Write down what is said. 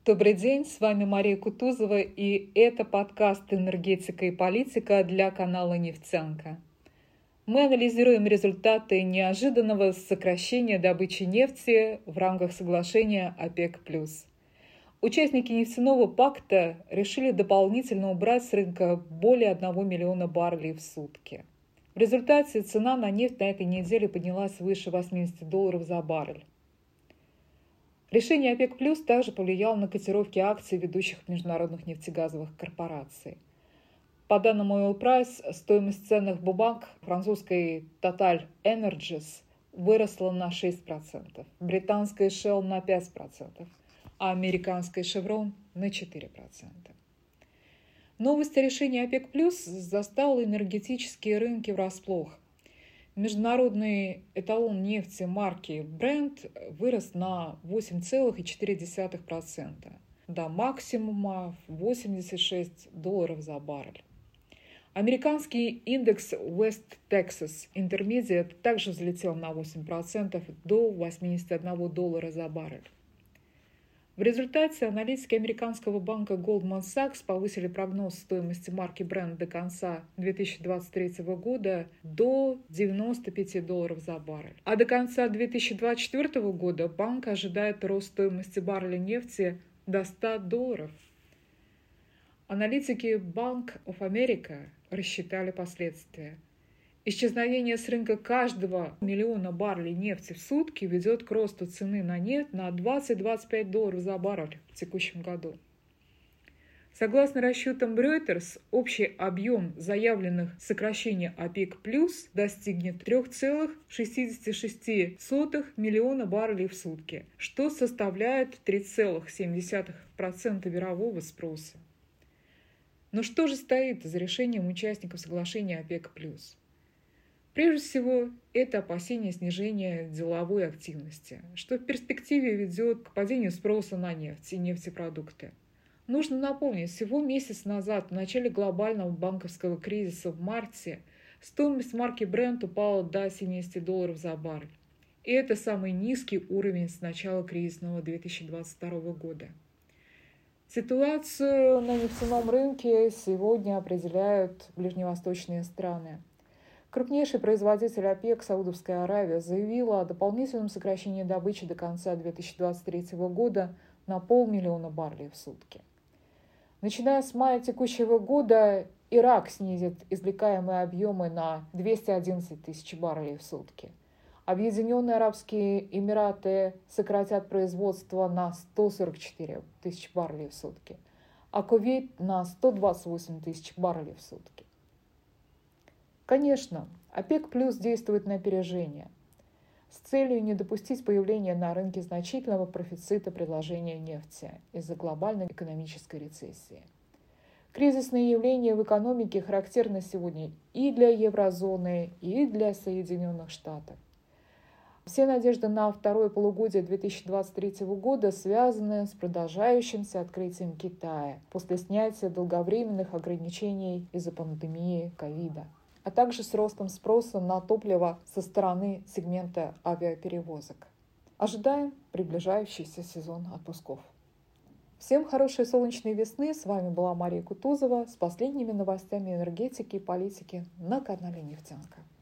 Добрый день, с вами Мария Кутузова, и это подкаст «Энергетика и политика» для канала «Нефтянка». Мы анализируем результаты неожиданного сокращения добычи нефти в рамках соглашения ОПЕК+. Участники нефтяного пакта решили дополнительно убрать с рынка более 1 миллиона баррелей в сутки. В результате цена на нефть на этой неделе поднялась выше $80 за баррель. Решение ОПЕК+ также повлияло на котировки акций ведущих международных нефтегазовых корпораций. По данным Oil Price, стоимость ценных бумаг французской Total Energies выросла на 6%, британской Shell на 5%, а американской Chevron на 4%. Новость о решении ОПЕК+ застала энергетические рынки врасплох. Международный эталон нефти марки Brent вырос на 8,4% до максимума в $86 за баррель. Американский индекс West Texas Intermediate также взлетел на 8% до $81 за баррель. В результате аналитики американского банка Goldman Sachs повысили прогноз стоимости марки Brent до конца 2023 года до $95 за баррель. А до конца 2024 года банк ожидает рост стоимости барреля нефти до $100. Аналитики Bank of America рассчитали последствия. Исчезновение с рынка каждого миллиона баррелей нефти в сутки ведет к росту цены на нефть на $20-25 за баррель в текущем году. Согласно расчетам Reuters, общий объем заявленных сокращений ОПЕК+ достигнет 3,66 миллиона баррелей в сутки, что составляет 3,7% мирового спроса. Но что же стоит за решением участников соглашения ОПЕК+. Прежде всего, это опасение снижения деловой активности, что в перспективе ведет к падению спроса на нефть и нефтепродукты. Нужно напомнить, всего месяц назад, в начале глобального банковского кризиса в марте, стоимость марки Brent упала до $70 за баррель. И это самый низкий уровень с начала кризисного 2022 года. Ситуацию на нефтяном рынке сегодня определяют ближневосточные страны. Крупнейший производитель ОПЕК, Саудовская Аравия, заявила о дополнительном сокращении добычи до конца 2023 года на 500 000 баррелей в сутки. Начиная с мая текущего года, Ирак снизит извлекаемые объемы на 211 тысяч баррелей в сутки. Объединенные Арабские Эмираты сократят производство на 144 тысячи баррелей в сутки, а Кувейт на 128 тысяч баррелей в сутки. Конечно, ОПЕК+ действует на опережение с целью не допустить появления на рынке значительного профицита предложения нефти из-за глобальной экономической рецессии. Кризисные явления в экономике характерны сегодня и для еврозоны, и для Соединенных Штатов. Все надежды на второе полугодие 2023 года связаны с продолжающимся открытием Китая после снятия долговременных ограничений из-за пандемии ковида, а также с ростом спроса на топливо со стороны сегмента авиаперевозок. Ожидаем приближающийся сезон отпусков. Всем хорошей солнечной весны. С вами была Мария Кутузова с последними новостями энергетики и политики на канале «Нефтянка».